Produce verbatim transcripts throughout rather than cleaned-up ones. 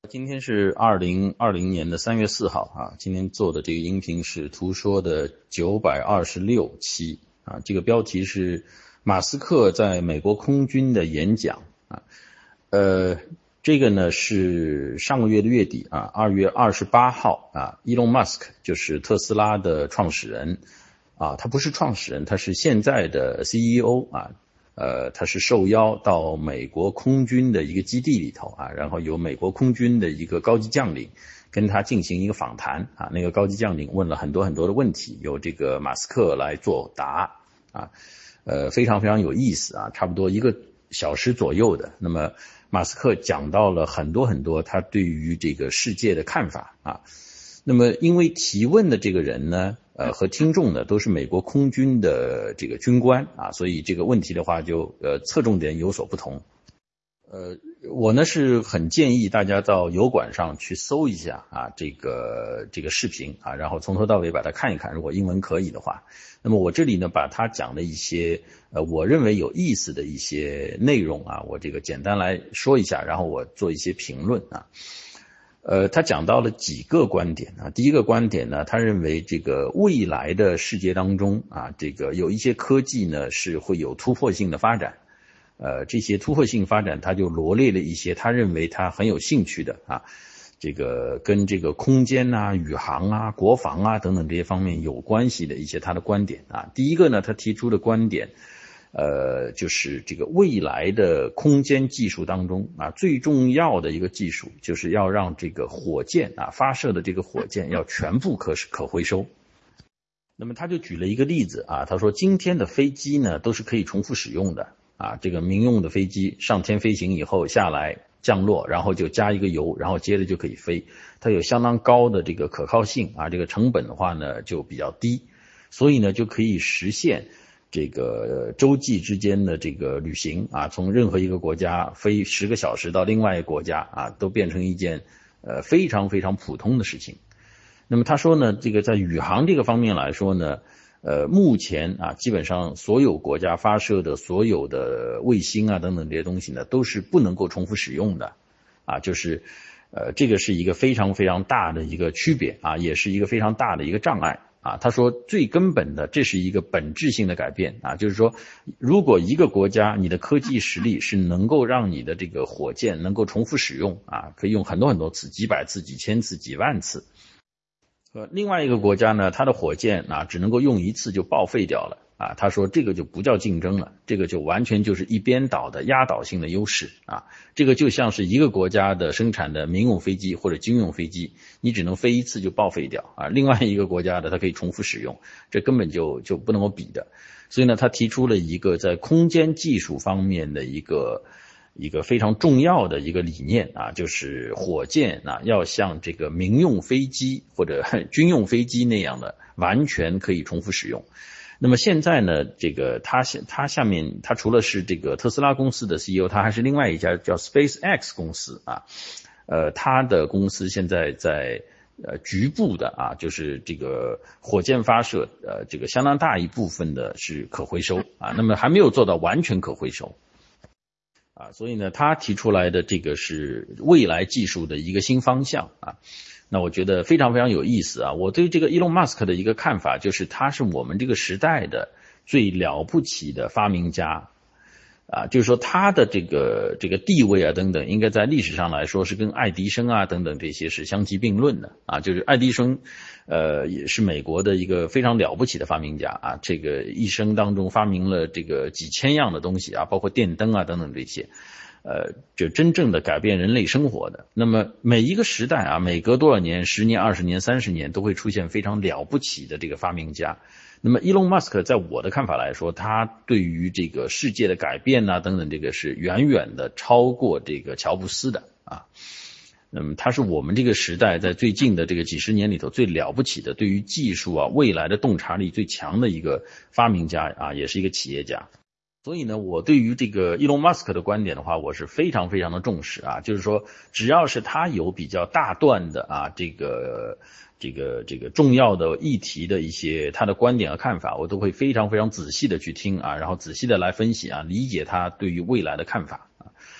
今天是二零二零年的三月四号啊，今天做的这个音频是图说的九百二十六期啊，这个标题是马斯克在美国空军的演讲啊，呃，这个呢是上个月的月底啊，二月二十八号啊 ，Elon Musk 就是特斯拉的创始人啊，他不是创始人，他是现在的 C E O 啊。呃，他是受邀到美国空军的一个基地里头啊，然后由美国空军的一个高级将领跟他进行一个访谈啊。那个高级将领问了很多很多的问题，由这个马斯克来作答啊，呃，非常非常有意思啊，差不多一个小时左右的。那么马斯克讲到了很多很多他对于这个世界的看法啊。那么因为提问的这个人呢，呃，和听众呢都是美国空军的这个军官啊，所以这个问题的话就呃侧重点有所不同。呃，我呢是很建议大家到油管上去搜一下啊，这个这个视频啊，然后从头到尾把它看一看，如果英文可以的话。那么我这里呢把他讲的一些呃我认为有意思的一些内容啊，我这个简单来说一下，然后我做一些评论啊。呃，他讲到了几个观点啊。第一个观点呢，他认为这个未来的世界当中啊，这个有一些科技呢是会有突破性的发展。呃，这些突破性发展，他就罗列了一些他认为他很有兴趣的啊，这个跟这个空间啊、宇航啊、国防啊等等这些方面有关系的一些他的观点啊。第一个呢，他提出的观点。呃，就是这个未来的空间技术当中啊，最重要的一个技术就是要让这个火箭啊发射的这个火箭要全部可可回收。那么他就举了一个例子啊，他说今天的飞机呢都是可以重复使用的啊，这个民用的飞机上天飞行以后下来降落，然后就加一个油，然后接着就可以飞，它有相当高的这个可靠性啊，这个成本的话呢就比较低，所以呢就可以实现这个洲际之间的这个旅行啊，从任何一个国家飞十个小时到另外一个国家啊，都变成一件呃非常非常普通的事情。那么他说呢，这个在宇航这个方面来说呢，呃，目前啊，基本上所有国家发射的所有的卫星啊等等这些东西呢，都是不能够重复使用的啊，就是呃，这个是一个非常非常大的一个区别啊，也是一个非常大的一个障碍。啊，他说最根本的，这是一个本质性的改变啊，就是说，如果一个国家你的科技实力是能够让你的这个火箭能够重复使用啊，可以用很多很多次，几百次、几千次、几万次，呃，另外一个国家呢，它的火箭啊只能够用一次就报废掉了啊，他说这个就不叫竞争了，这个就完全就是一边倒的压倒性的优势啊，这个就像是一个国家的生产的民用飞机或者军用飞机，你只能飞一次就报废掉啊，另外一个国家的它可以重复使用，这根本就就不能够比的。所以呢，他提出了一个在空间技术方面的一个一个非常重要的一个理念啊，就是火箭啊要像这个民用飞机或者军用飞机那样的完全可以重复使用。那么现在呢，这个他他下面他除了是这个特斯拉公司的 C E O， 他还是另外一家叫 SpaceX 公司啊，呃，他的公司现在在呃局部的啊，就是这个火箭发射呃这个相当大一部分的是可回收啊，那么还没有做到完全可回收啊，所以呢，他提出来的这个是未来技术的一个新方向啊。那我觉得非常非常有意思啊！我对这个 Elon Musk 的一个看法就是，他是我们这个时代的最了不起的发明家啊，就是说他的这个这个地位啊等等，应该在历史上来说是跟爱迪生啊等等这些是相提并论的啊。就是爱迪生，呃，也是美国的一个非常了不起的发明家啊，这个一生当中发明了这个几千样的东西啊，包括电灯啊等等这些。呃，就真正的改变人类生活的。那么每一个时代啊，每隔多少年，十年、二十年、三十年，都会出现非常了不起的这个发明家。那么 Elon Musk 在我的看法来说，他对于这个世界的改变啊等等，这个是远远的超过这个乔布斯的啊。那么他是我们这个时代在最近的这个几十年里头最了不起的，对于技术啊未来的洞察力最强的一个发明家啊，也是一个企业家。所以呢，我对于这个 Elon Musk 的观点的话，我是非常非常的重视啊，就是说，只要是他有比较大段的啊，这个这个这个重要的议题的一些他的观点和看法，我都会非常非常仔细的去听啊，然后仔细的来分析啊，理解他对于未来的看法啊。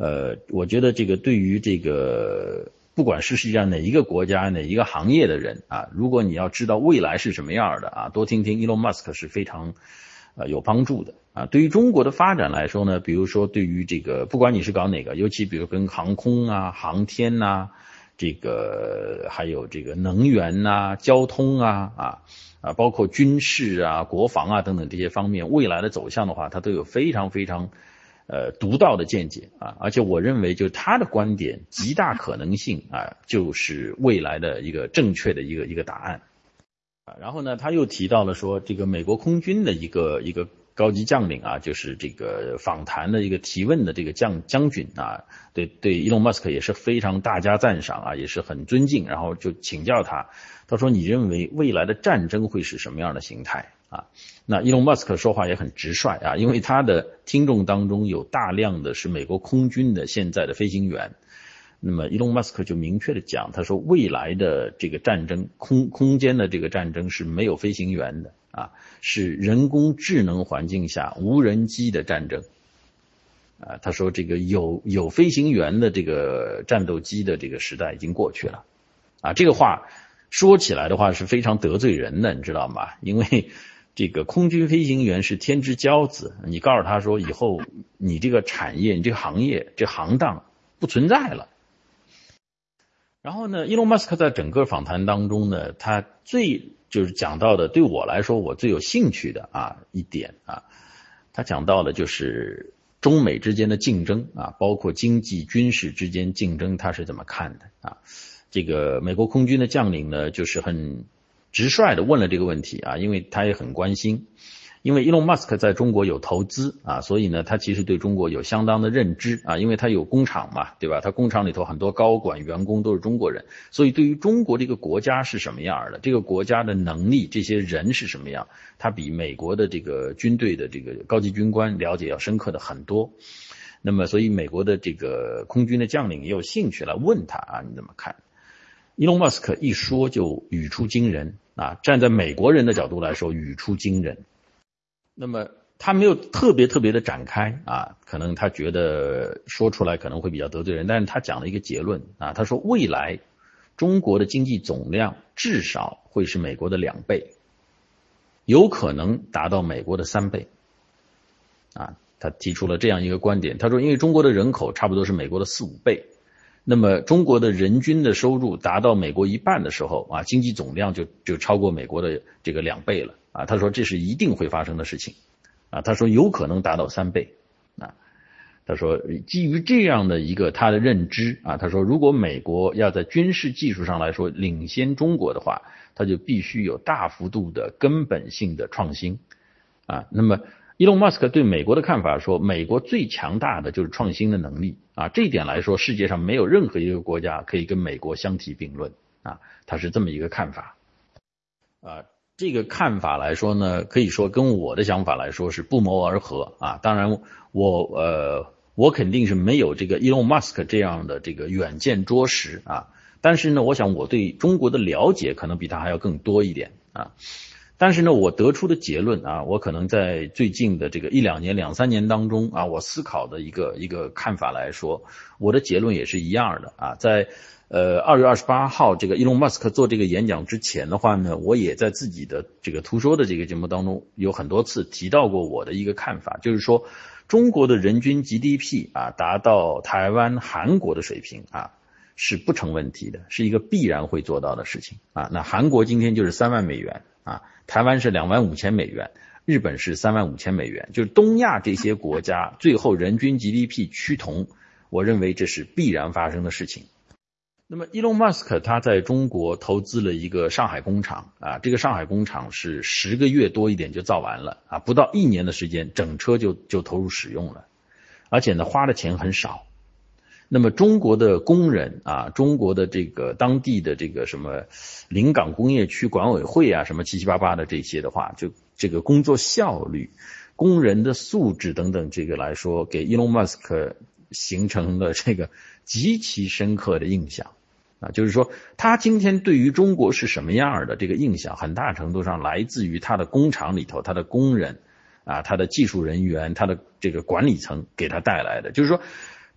呃，我觉得这个对于这个不管是世界上哪一个国家哪一个行业的人啊，如果你要知道未来是什么样的啊，多听听 Elon Musk 是非常呃有帮助的啊。对于中国的发展来说呢，比如说对于这个不管你是搞哪个，尤其比如跟航空啊、航天呐、这个还有这个能源呐、交通啊啊啊，包括军事啊、国防啊等等这些方面，未来的走向的话，它都有非常非常呃独到的见解啊。而且我认为，就他的观点，极大可能性啊，就是未来的一个正确的一个一个答案啊。然后呢，他又提到了说，这个美国空军的一个一个高级将领啊，就是这个访谈的一个提问的这个将将军啊，对对伊隆马斯克也是非常大加赞赏啊，也是很尊敬，然后就请教他，他说你认为未来的战争会是什么样的形态啊？那伊隆马斯克说话也很直率啊，因为他的听众当中有大量的是美国空军的现在的飞行员。那么伊隆马斯克就明确的讲，他说未来的这个战争，空空间的这个战争是没有飞行员的啊，是人工智能环境下无人机的战争啊。他说这个有有飞行员的这个战斗机的这个时代已经过去了啊。这个话说起来的话是非常得罪人的，你知道吗？因为这个空军飞行员是天之骄子，你告诉他说以后你这个产业你这个行业这行当不存在了。然后呢，伊隆马斯克在整个访谈当中呢，他最就是讲到的，对我来说我最有兴趣的啊一点啊，他讲到的就是中美之间的竞争啊，包括经济军事之间竞争，他是怎么看的啊？这个美国空军的将领呢，就是很直率的问了这个问题啊，因为他也很关心。因为伊隆马斯克在中国有投资啊，所以呢，他其实对中国有相当的认知啊，因为他有工厂嘛，对吧？他工厂里头很多高管员工都是中国人，所以对于中国这个国家是什么样的，这个国家的能力，这些人是什么样，他比美国的这个军队的这个高级军官了解要深刻的很多。那么，所以美国的这个空军的将领也有兴趣来问他啊，你怎么看？伊隆马斯克一说就语出惊人啊，站在美国人的角度来说，语出惊人。那么他没有特别特别的展开啊，可能他觉得说出来可能会比较得罪人，但是他讲了一个结论啊，他说未来中国的经济总量至少会是美国的两倍，有可能达到美国的三倍啊，他提出了这样一个观点，他说因为中国的人口差不多是美国的四五倍，那么中国的人均的收入达到美国一半的时候啊，经济总量就就超过美国的这个两倍了啊。他说这是一定会发生的事情啊。他说有可能达到三倍啊。他说基于这样的一个他的认知啊，他说如果美国要在军事技术上来说领先中国的话，他就必须有大幅度的根本性的创新啊。那么伊隆马斯克对美国的看法说，美国最强大的就是创新的能力啊，这一点来说，世界上没有任何一个国家可以跟美国相提并论啊，他是这么一个看法啊。这个看法来说呢，可以说跟我的想法来说是不谋而合啊。当然我呃我肯定是没有这个伊隆马斯克这样的这个远见卓识啊，但是呢，我想我对中国的了解可能比他还要更多一点啊。但是呢，我得出的结论啊，我可能在最近的这个一两年、两三年当中啊，我思考的一个一个看法来说，我的结论也是一样的啊。在呃二月二十八号这个伊隆马斯克做这个演讲之前的话呢，我也在自己的这个图说的这个节目当中有很多次提到过我的一个看法，就是说中国的人均 G D P 啊达到台湾、韩国的水平啊是不成问题的，是一个必然会做到的事情啊。那韩国今天就是三万美元啊。台湾是两万五千美元，日本是三万五千美元，就是东亚这些国家最后人均 G D P 趋同，我认为这是必然发生的事情。那么伊隆马斯克他在中国投资了一个上海工厂啊，这个上海工厂是十个月多一点就造完了啊，不到一年的时间整车就就投入使用了，而且呢花的钱很少。那么中国的工人啊，中国的这个当地的这个什么临港工业区管委会啊，什么七七八八的这些的话，就这个工作效率、工人的素质等等这个来说，给伊隆马斯克形成了这个极其深刻的印象啊，就是说他今天对于中国是什么样的这个印象，很大程度上来自于他的工厂里头他的工人啊，他的技术人员，他的这个管理层给他带来的，就是说。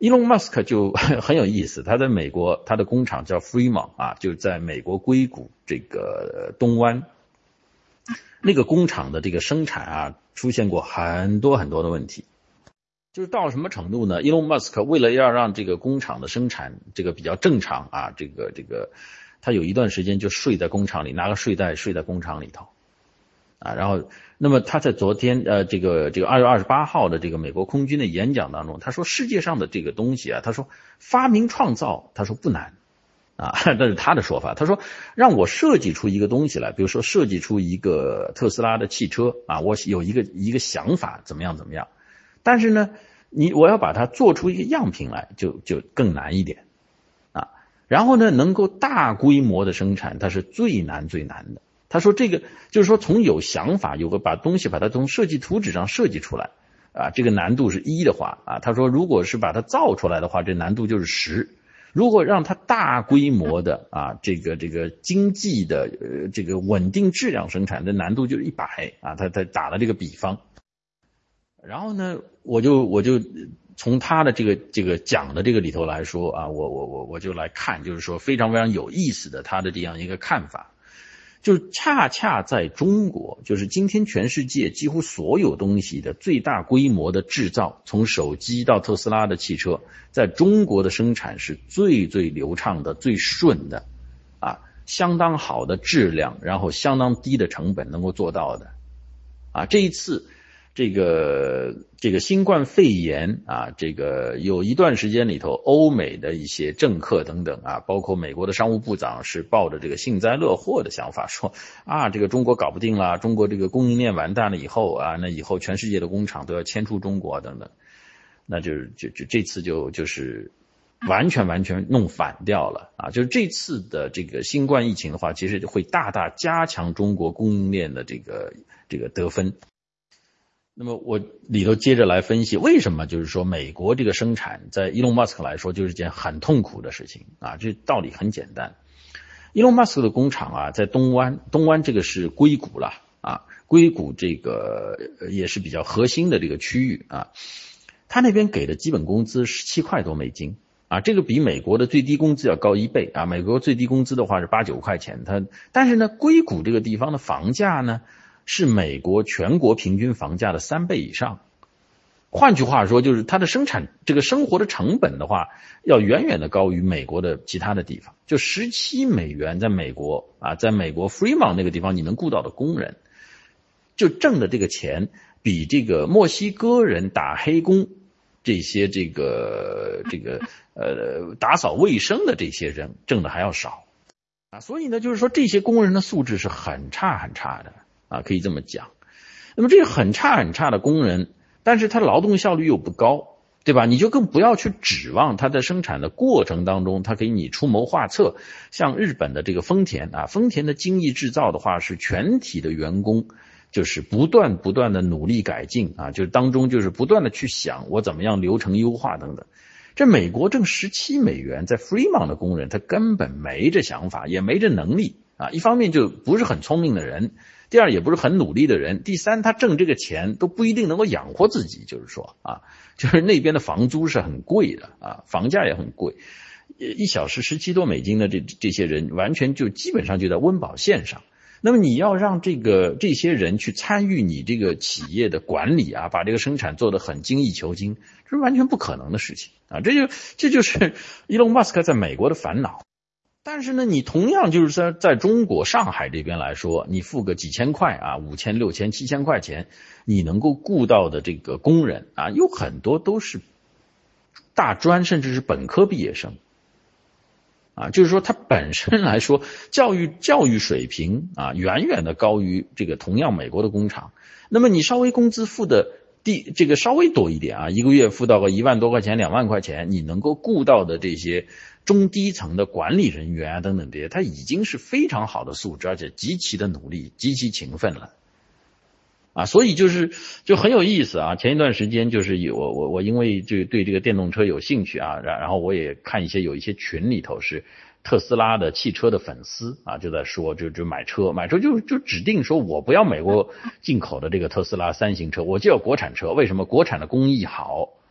Elon Musk 就很有意思，他在美国他的工厂叫 Fremont 啊，就是在美国硅谷这个东湾，那个工厂的这个生产啊出现过很多很多的问题。就是到什么程度呢？ Elon Musk 为了要让这个工厂的生产这个比较正常啊，这个这个他有一段时间就睡在工厂里，拿个睡袋睡在工厂里头啊。然后那么他在昨天呃这个这个二月二十八号的这个美国空军的演讲当中，他说世界上的这个东西啊，他说发明创造他说不难啊，这是他的说法。他说让我设计出一个东西来，比如说设计出一个特斯拉的汽车啊，我有一个一个想法怎么样怎么样，但是呢你我要把它做出一个样品来就就更难一点啊。然后呢能够大规模的生产它是最难最难的。他说这个就是说从有想法有个把东西把它从设计图纸上设计出来啊，这个难度是一的话啊，他说如果是把它造出来的话这难度就是十，如果让它大规模的啊这个这个经济的呃这个稳定质量生产的难度就是一百啊，他他打了这个比方。然后呢我就我就从他的这个这个讲的这个里头来说啊，我我我我就来看，就是说非常非常有意思的他的这样一个看法。就是恰恰在中国，就是今天全世界几乎所有东西的最大规模的制造，从手机到特斯拉的汽车，在中国的生产是最最流畅的最顺的啊，相当好的质量，然后相当低的成本能够做到的啊。这一次这个这个新冠肺炎啊，这个有一段时间里头，欧美的一些政客等等啊，包括美国的商务部长是抱着这个幸灾乐祸的想法说啊，这个中国搞不定了，中国这个供应链完蛋了以后啊，那以后全世界的工厂都要迁出中国等等，那就是就就这次就就是完全完全弄反掉了啊！就是这次的这个新冠疫情的话，其实会大大加强中国供应链的这个这个得分。那么我里头接着来分析为什么就是说美国这个生产在 Elon Musk 来说就是件很痛苦的事情啊，这道理很简单。Elon Musk 的工厂啊在东湾，东湾这个是硅谷了啊，硅谷这个也是比较核心的这个区域啊，他那边给的基本工资十七块多美金啊，这个比美国的最低工资要高一倍啊，美国最低工资的话是八九块钱，它但是呢硅谷这个地方的房价呢是美国全国平均房价的三倍以上。换句话说，就是它的生产这个生活的成本的话，要远远的高于美国的其他的地方。就十七美元在美国啊，在美国 Fremont 那个地方你能雇到的工人，就挣的这个钱比这个墨西哥人打黑工这些这个这个呃打扫卫生的这些人挣的还要少啊。所以呢，就是说这些工人的素质是很差很差的。啊，可以这么讲。那么这个很差很差的工人，但是他劳动效率又不高，对吧？你就更不要去指望他在生产的过程当中，他给你出谋划策。像日本的这个丰田啊，丰田的精益制造的话，是全体的员工就是不断不断的努力改进啊，就是当中就是不断的去想我怎么样流程优化等等。这美国挣十七美元，在 Fremont 的工人他根本没这想法，也没这能力啊。一方面就不是很聪明的人。第二也不是很努力的人，第三他挣这个钱都不一定能够养活自己，就是说啊，就是那边的房租是很贵的啊，房价也很贵，一小时十七多美金的这这些人完全就基本上就在温饱线上。那么你要让这个这些人去参与你这个企业的管理啊，把这个生产做得很精益求精，这是完全不可能的事情啊，这就这就是 Elon Musk 在美国的烦恼。但是呢，你同样就是在在中国上海这边来说，你付个几千块啊，五千、六千、七千块钱，你能够雇到的这个工人啊，有很多都是大专甚至是本科毕业生，啊，就是说他本身来说，教育教育水平啊，远远的高于这个同样美国的工厂。那么你稍微工资付的第这个稍微多一点啊，一个月付到个一万多块钱、两万块钱，你能够雇到的这些中低层的管理人员啊等等这些，他已经是非常好的素质，而且极其的努力、极其勤奋了。啊，所以就是就很有意思啊。前一段时间就是有我我我因为就对这个电动车有兴趣啊，然然后我也看一些有一些群里头是特斯拉的汽车的粉丝啊，就在说就就买车买车就就指定说我不要美国进口的这个特斯拉三型车，我就要国产车。为什么？国产的工艺好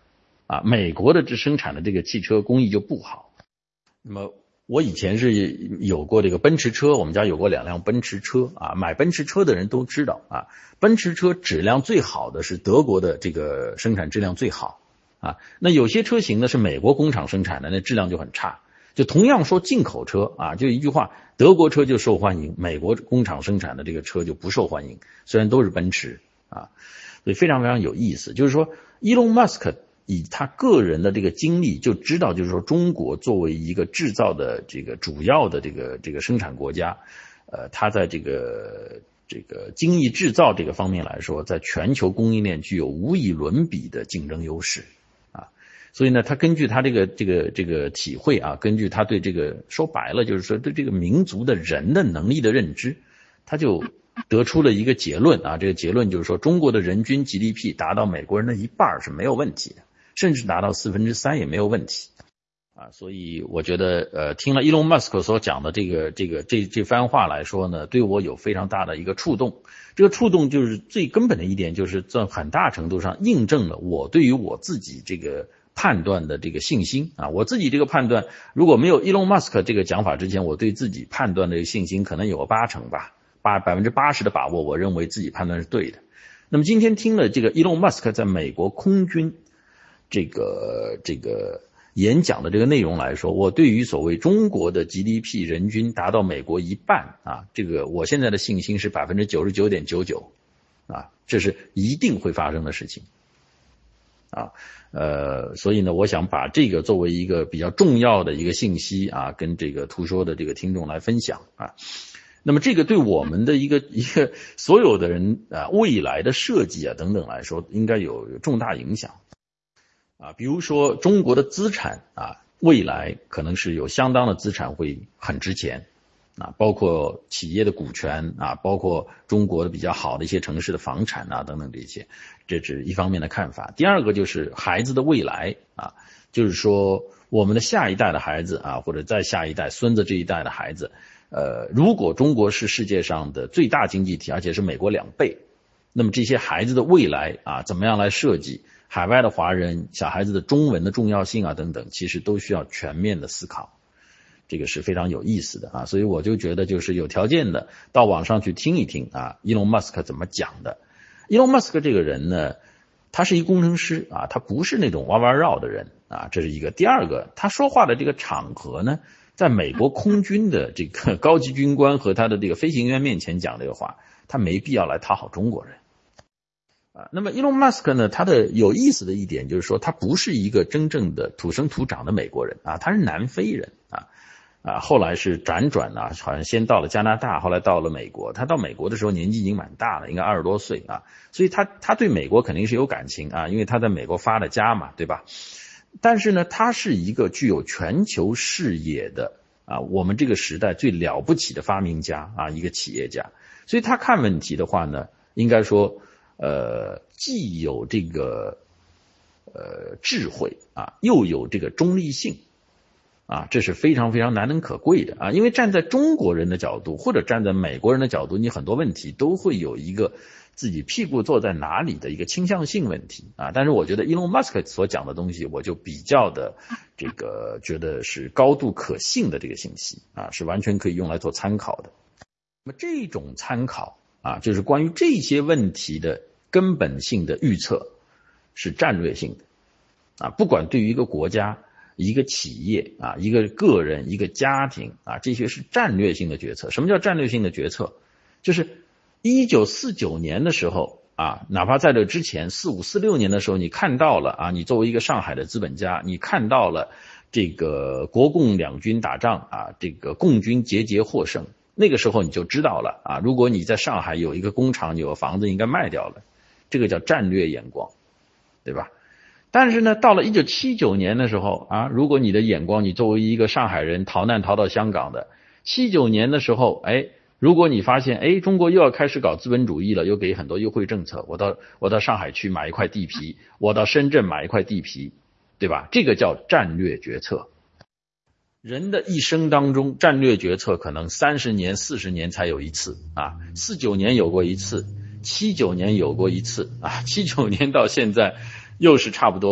啊，美国的这生产的这个汽车工艺就不好。那么我以前是有过这个奔驰车，我们家有过两辆奔驰车啊，买奔驰车的人都知道啊，奔驰车质量最好的是德国的这个生产质量最好啊，那有些车型呢是美国工厂生产的，那质量就很差。就同样说进口车啊，就一句话，德国车就受欢迎，美国工厂生产的这个车就不受欢迎，虽然都是奔驰啊，所以非常非常有意思。就是说伊隆马斯克以他个人的这个经历就知道，就是说中国作为一个制造的这个主要的这个这个生产国家，呃，他在这个这个精益制造这个方面来说，在全球供应链具有无以伦比的竞争优势啊。所以呢，他根据他这个这个这个体会啊，根据他对这个说白了就是说对这个民族的人的能力的认知，他就得出了一个结论啊，这个结论就是说中国的人均 G D P 达到美国人的一半是没有问题的，甚至达到四分之三也没有问题啊。所以我觉得呃，听了伊隆马斯克所讲的这个这个这这番话来说呢，对我有非常大的一个触动。这个触动就是最根本的一点，就是在很大程度上印证了我对于我自己这个判断的这个信心啊，我自己这个判断如果没有伊隆马斯克这个讲法之前，我对自己判断的信心可能有个八成吧，八百分之八十的把握，我认为自己判断是对的。那么今天听了这个伊隆马斯克在美国空军这个这个演讲的这个内容来说，我对于所谓中国的 G D P 人均达到美国一半啊，这个我现在的信心是百分之九十九点九九啊，这是一定会发生的事情。啊，呃，所以呢，我想把这个作为一个比较重要的一个信息啊，跟这个图说的这个听众来分享啊。那么这个对我们的一个一个所有的人啊，未来的设计啊等等来说，应该有重大影响啊。比如说中国的资产啊，未来可能是有相当的资产会很值钱。啊，包括企业的股权啊，包括中国的比较好的一些城市的房产啊等等这些，这是一方面的看法。第二个就是孩子的未来啊，就是说我们的下一代的孩子啊，或者再下一代孙子这一代的孩子，呃，如果中国是世界上的最大经济体，而且是美国两倍，那么这些孩子的未来啊，怎么样来设计海外的华人小孩子的中文的重要性啊等等，其实都需要全面的思考。这个是非常有意思的啊，所以我就觉得就是有条件的到网上去听一听啊，伊隆马斯克怎么讲的。伊隆马斯克这个人呢，他是一工程师啊，他不是那种弯弯绕的人啊，这是一个。第二个，他说话的这个场合呢，在美国空军的这个高级军官和他的这个飞行员面前讲这个话，他没必要来讨好中国人啊。那么伊隆马斯克呢，他的有意思的一点就是说，他不是一个真正的土生土长的美国人啊，他是南非人啊。啊，后来是辗转啊，好像先到了加拿大，后来到了美国。他到美国的时候年纪已经蛮大了，应该二十多岁啊，所以他他对美国肯定是有感情啊，因为他在美国发了家嘛，对吧？但是呢，他是一个具有全球视野的啊，我们这个时代最了不起的发明家啊，一个企业家。所以他看问题的话呢，应该说，呃，既有这个呃智慧啊，又有这个中立性。啊，这是非常非常难能可贵的啊！因为站在中国人的角度，或者站在美国人的角度，你很多问题都会有一个自己屁股坐在哪里的一个倾向性问题啊。但是我觉得伊隆马斯克所讲的东西，我就比较的这个觉得是高度可信的这个信息啊，是完全可以用来做参考的。那么这种参考啊，就是关于这些问题的根本性的预测，是战略性的啊，不管对于一个国家。一个企业啊，一个个人，一个家庭啊，这些是战略性的决策。什么叫战略性的决策？就是一九四九年的时候啊，哪怕在这之前四五四六年的时候，你看到了啊，你作为一个上海的资本家，你看到了这个国共两军打仗啊，这个共军节节获胜，那个时候你就知道了啊，如果你在上海有一个工厂，有个房子应该卖掉了，这个叫战略眼光，对吧？但是呢，到了一九七九年的时候啊，如果你的眼光，你作为一个上海人逃难逃到香港的，七九年的时候，哎，如果你发现，哎，中国又要开始搞资本主义了，又给很多优惠政策，我到我到上海去买一块地皮，我到深圳买一块地皮，对吧？这个叫战略决策。人的一生当中，战略决策可能三十年、四十年才有一次啊，四九年有过一次，七九年有过一次啊，七九年到现在。又是差不多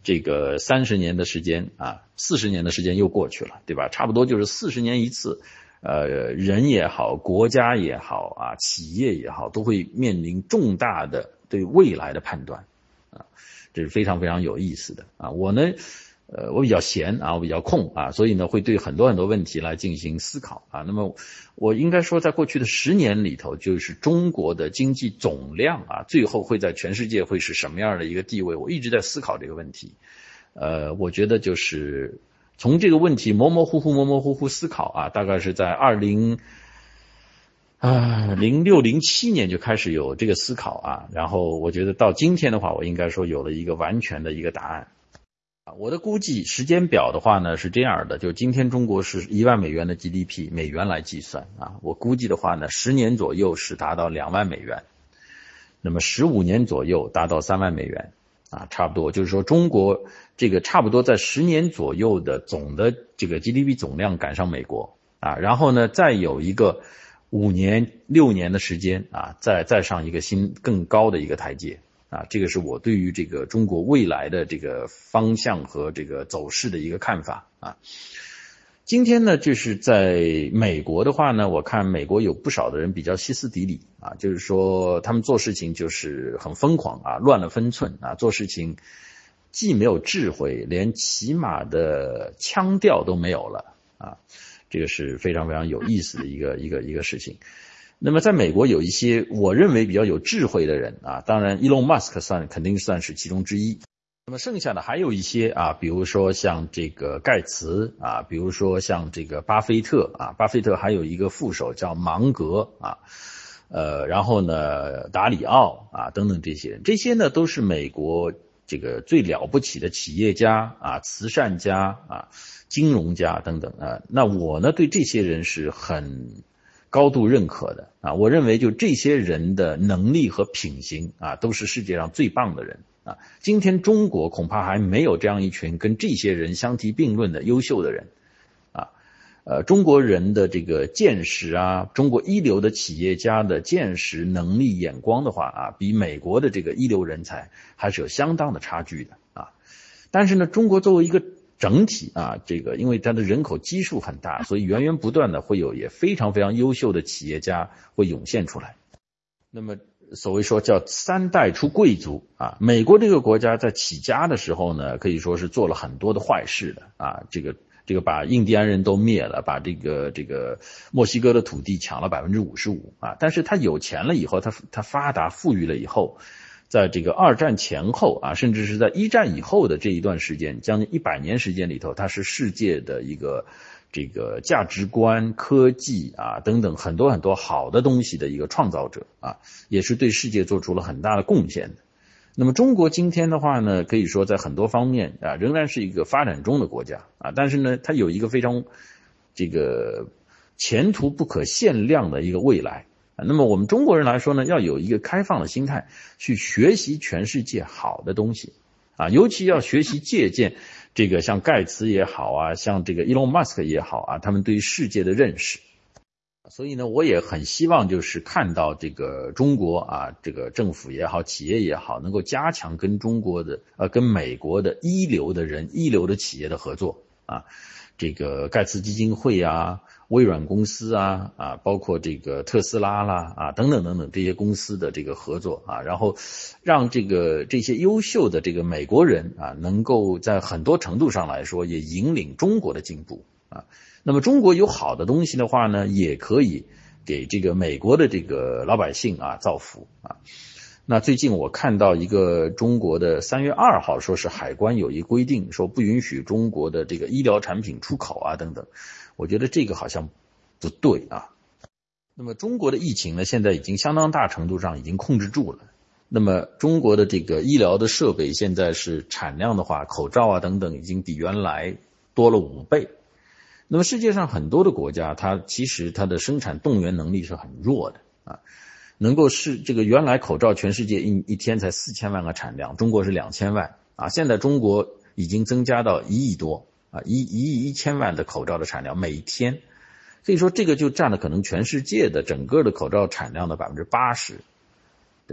这个三十年的时间啊，四十年的时间又过去了，对吧？差不多就是四十年一次，呃，人也好，国家也好啊，企业也好，都会面临重大的对未来的判断啊，这是非常非常有意思的啊。我呢，呃，我比较闲啊，我比较空啊，所以呢，会对很多很多问题来进行思考啊。那么，我应该说，在过去的十年里头，就是中国的经济总量啊，最后会在全世界会是什么样的一个地位？我一直在思考这个问题。呃，我觉得就是从这个问题模模糊糊、模模糊糊思考啊，大概是在二零啊零六零七年就开始有这个思考啊，然后我觉得到今天的话，我应该说有了一个完全的一个答案。我的估计时间表的话呢是这样的，就今天中国是一万美元的 G D P 美元来计算啊，我估计的话呢，十年左右是达到两万美元，那么十五年左右达到三万美元啊，差不多就是说中国这个差不多在十年左右的总的这个 G D P 总量赶上美国啊，然后呢再有一个五年六年的时间啊，再再上一个新更高的一个台阶。啊，这个是我对于这个中国未来的这个方向和这个走势的一个看法啊。今天呢，就是在美国的话呢，我看美国有不少的人比较歇斯底里啊，就是说他们做事情就是很疯狂啊，乱了分寸啊，做事情既没有智慧，连起码的腔调都没有了啊，这个是非常非常有意思的一个一个一个事情。那么在美国有一些我认为比较有智慧的人啊，当然 Elon Musk 算肯定算是其中之一。那么剩下的还有一些啊，比如说像这个盖茨啊，比如说像这个巴菲特啊，巴菲特还有一个副手叫芒格啊，呃，然后呢达里奥啊等等这些人，这些呢都是美国这个最了不起的企业家啊、慈善家啊、金融家等等啊。那我呢对这些人是很高度认可的啊，我认为就这些人的能力和品行啊，都是世界上最棒的人啊。今天中国恐怕还没有这样一群跟这些人相提并论的优秀的人啊。呃，中国人的这个见识啊，中国一流的企业家的见识、能力、眼光的话啊，比美国的这个一流人才还是有相当的差距的啊。但是呢，中国作为一个整体啊，这个因为它的人口基数很大，所以源源不断的会有也非常非常优秀的企业家会涌现出来。那么所谓说叫三代出贵族啊，美国这个国家在起家的时候呢，可以说是做了很多的坏事的啊，这个这个把印第安人都灭了，把这个这个墨西哥的土地抢了百分之五十五啊，但是他有钱了以后，他他发达富裕了以后。在这个二战前后啊，甚至是在一战以后的这一段时间，将近一百年时间里头，它是世界的一个这个价值观、科技啊等等很多很多好的东西的一个创造者啊，也是对世界做出了很大的贡献的。那么中国今天的话呢，可以说在很多方面啊，仍然是一个发展中的国家啊，但是呢，它有一个非常这个前途不可限量的一个未来。那么我们中国人来说呢，要有一个开放的心态去学习全世界好的东西啊，尤其要学习借鉴这个像盖茨也好啊，像这个 Elon Musk 也好啊，他们对世界的认识。所以呢，我也很希望就是看到这个中国啊，这个政府也好，企业也好，能够加强跟中国的呃跟美国的一流的人、一流的企业的合作啊，这个盖茨基金会啊。微软公司啊啊，包括这个特斯拉啦啊等等等等这些公司的这个合作啊，然后让这个这些优秀的这个美国人啊，能够在很多程度上来说也引领中国的进步啊。那么中国有好的东西的话呢，也可以给这个美国的这个老百姓啊造福啊。那最近我看到一个中国的三月二号，说是海关有一规定，说不允许中国的这个医疗产品出口啊等等。我觉得这个好像不对啊。那么中国的疫情呢，现在已经相当大程度上已经控制住了。那么中国的这个医疗的设备现在是产量的话，口罩啊等等已经比原来多了五倍。那么世界上很多的国家，它其实它的生产动员能力是很弱的啊。能够是这个原来口罩全世界一一天才四千万个产量，中国是两千万啊，现在中国已经增加到一亿多。啊，一一亿一千万的口罩的产量每天，所以说这个就占了可能全世界的整个的口罩产量的百分之八十，对吧？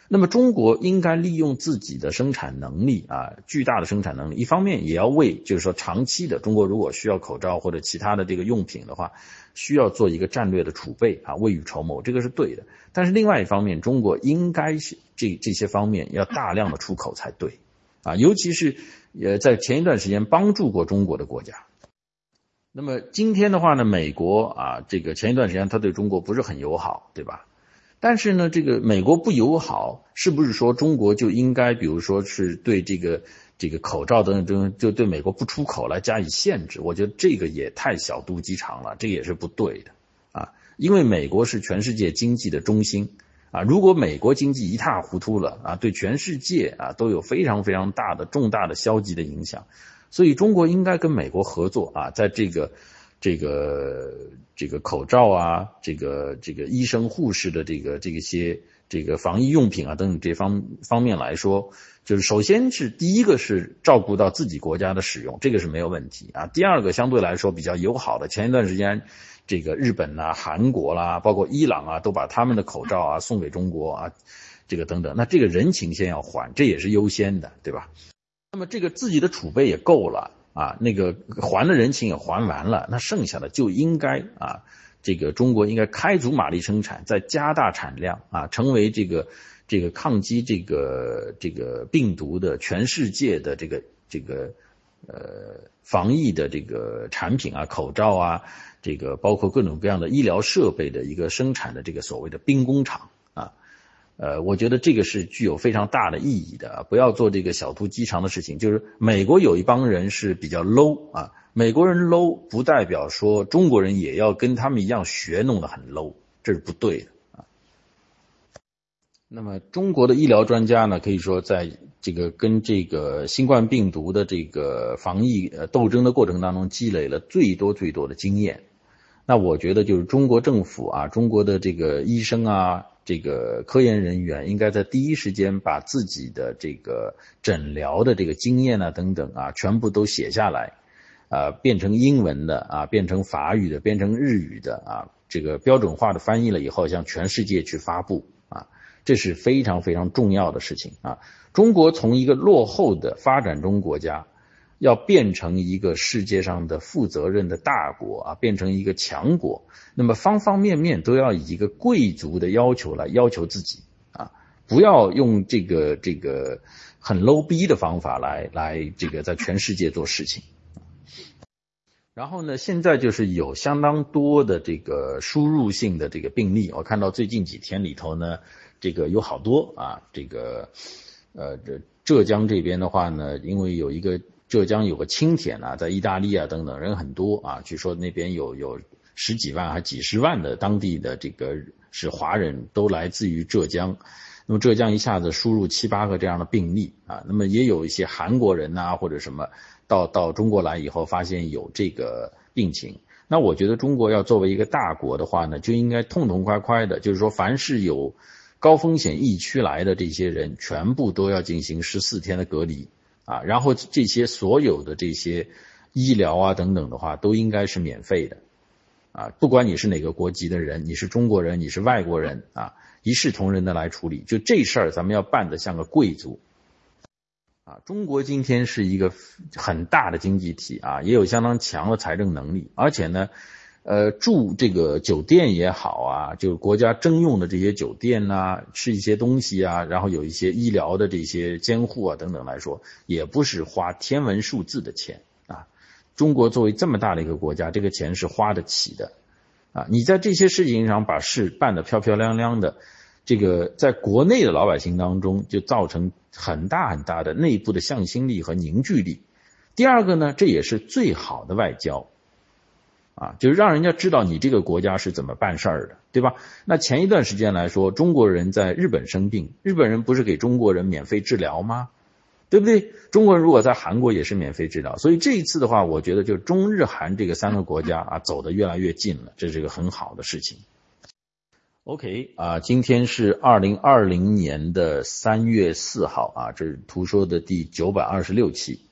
那么中国应该利用自己的生产能力啊，巨大的生产能力，一方面也要为就是说长期的中国如果需要口罩或者其他的这个用品的话，需要做一个战略的储备啊，未雨绸缪，这个是对的。但是另外一方面，中国应该是这这些方面要大量的出口才对啊，尤其是呃在前一段时间帮助过中国的国家。那么今天的话呢，美国啊，这个前一段时间他对中国不是很友好，对吧？但是呢，这个美国不友好，是不是说中国就应该，比如说是对这个这个口罩等等，就对美国不出口来加以限制？我觉得这个也太小肚鸡肠了，这也是不对的啊！因为美国是全世界经济的中心啊，如果美国经济一塌糊涂了啊，对全世界啊都有非常非常大的重大的消极的影响。所以中国应该跟美国合作啊，在这个这个这个口罩啊，这个这个医生护士的这个这个些这个防疫用品啊等等这方方面来说，就是首先是第一个是照顾到自己国家的使用，这个是没有问题啊。第二个相对来说比较友好的，前一段时间这个日本啊、韩国啦，包括伊朗啊，都把他们的口罩啊送给中国啊，这个等等，那这个人情先要还，这也是优先的，对吧？那么这个自己的储备也够了啊，那个还的人情也还完了，那剩下的就应该啊，这个中国应该开足马力生产，再加大产量啊，成为这个这个抗击这个这个病毒的全世界的这个这个呃防疫的这个产品啊，口罩啊，这个包括各种各样的医疗设备的一个生产的这个所谓的兵工厂啊。呃，我觉得这个是具有非常大的意义的，不要做这个小肚鸡肠的事情。就是美国有一帮人是比较 low 啊，美国人 low 不代表说中国人也要跟他们一样学弄得很 low， 这是不对的啊。那么中国的医疗专家呢，可以说在这个跟这个新冠病毒的这个防疫呃斗争的过程当中积累了最多最多的经验。那我觉得就是中国政府啊，中国的这个医生啊，这个科研人员应该在第一时间把自己的这个诊疗的这个经验啊等等啊全部都写下来啊，变成英文的啊，变成法语的，变成日语的啊，这个标准化的翻译了以后向全世界去发布啊，这是非常非常重要的事情啊。中国从一个落后的发展中国家要变成一个世界上的负责任的大国啊，变成一个强国，那么方方面面都要以一个贵族的要求来要求自己啊，不要用这个这个很 low 逼的方法来来这个在全世界做事情。然后呢，现在就是有相当多的这个输入性的这个病例，我看到最近几天里头呢，这个有好多啊，这个呃这浙江这边的话呢，因为有一个浙江有个青田啊，在意大利啊等等人很多啊，据说那边有有十几万还几十万的当地的这个是华人都来自于浙江，那么浙江一下子输入七八个这样的病例啊，那么也有一些韩国人啊或者什么到到中国来以后发现有这个病情，那我觉得中国要作为一个大国的话呢，就应该痛痛快快的，就是说凡是有高风险疫区来的这些人全部都要进行十四天的隔离啊，然后这些所有的这些医疗啊等等的话都应该是免费的啊，不管你是哪个国籍的人，你是中国人，你是外国人啊，一视同仁的来处理，就这事儿咱们要办得像个贵族啊。中国今天是一个很大的经济体啊，也有相当强的财政能力，而且呢呃，住这个酒店也好啊，就是国家征用的这些酒店啊，吃一些东西啊，然后有一些医疗的这些监护啊等等来说，也不是花天文数字的钱啊。中国作为这么大的一个国家，这个钱是花得起的啊。你在这些事情上把事办得漂漂亮亮的，这个在国内的老百姓当中就造成很大很大的内部的向心力和凝聚力。第二个呢，这也是最好的外交。啊，就是让人家知道你这个国家是怎么办事儿的，对吧？那前一段时间来说，中国人在日本生病，日本人不是给中国人免费治疗吗？对不对？中国人如果在韩国也是免费治疗，所以这一次的话，我觉得就中日韩这个三个国家啊，走得越来越近了，这是一个很好的事情。OK 啊，今天是二零二零年的三月四号啊，这是图说的第九百二十六期。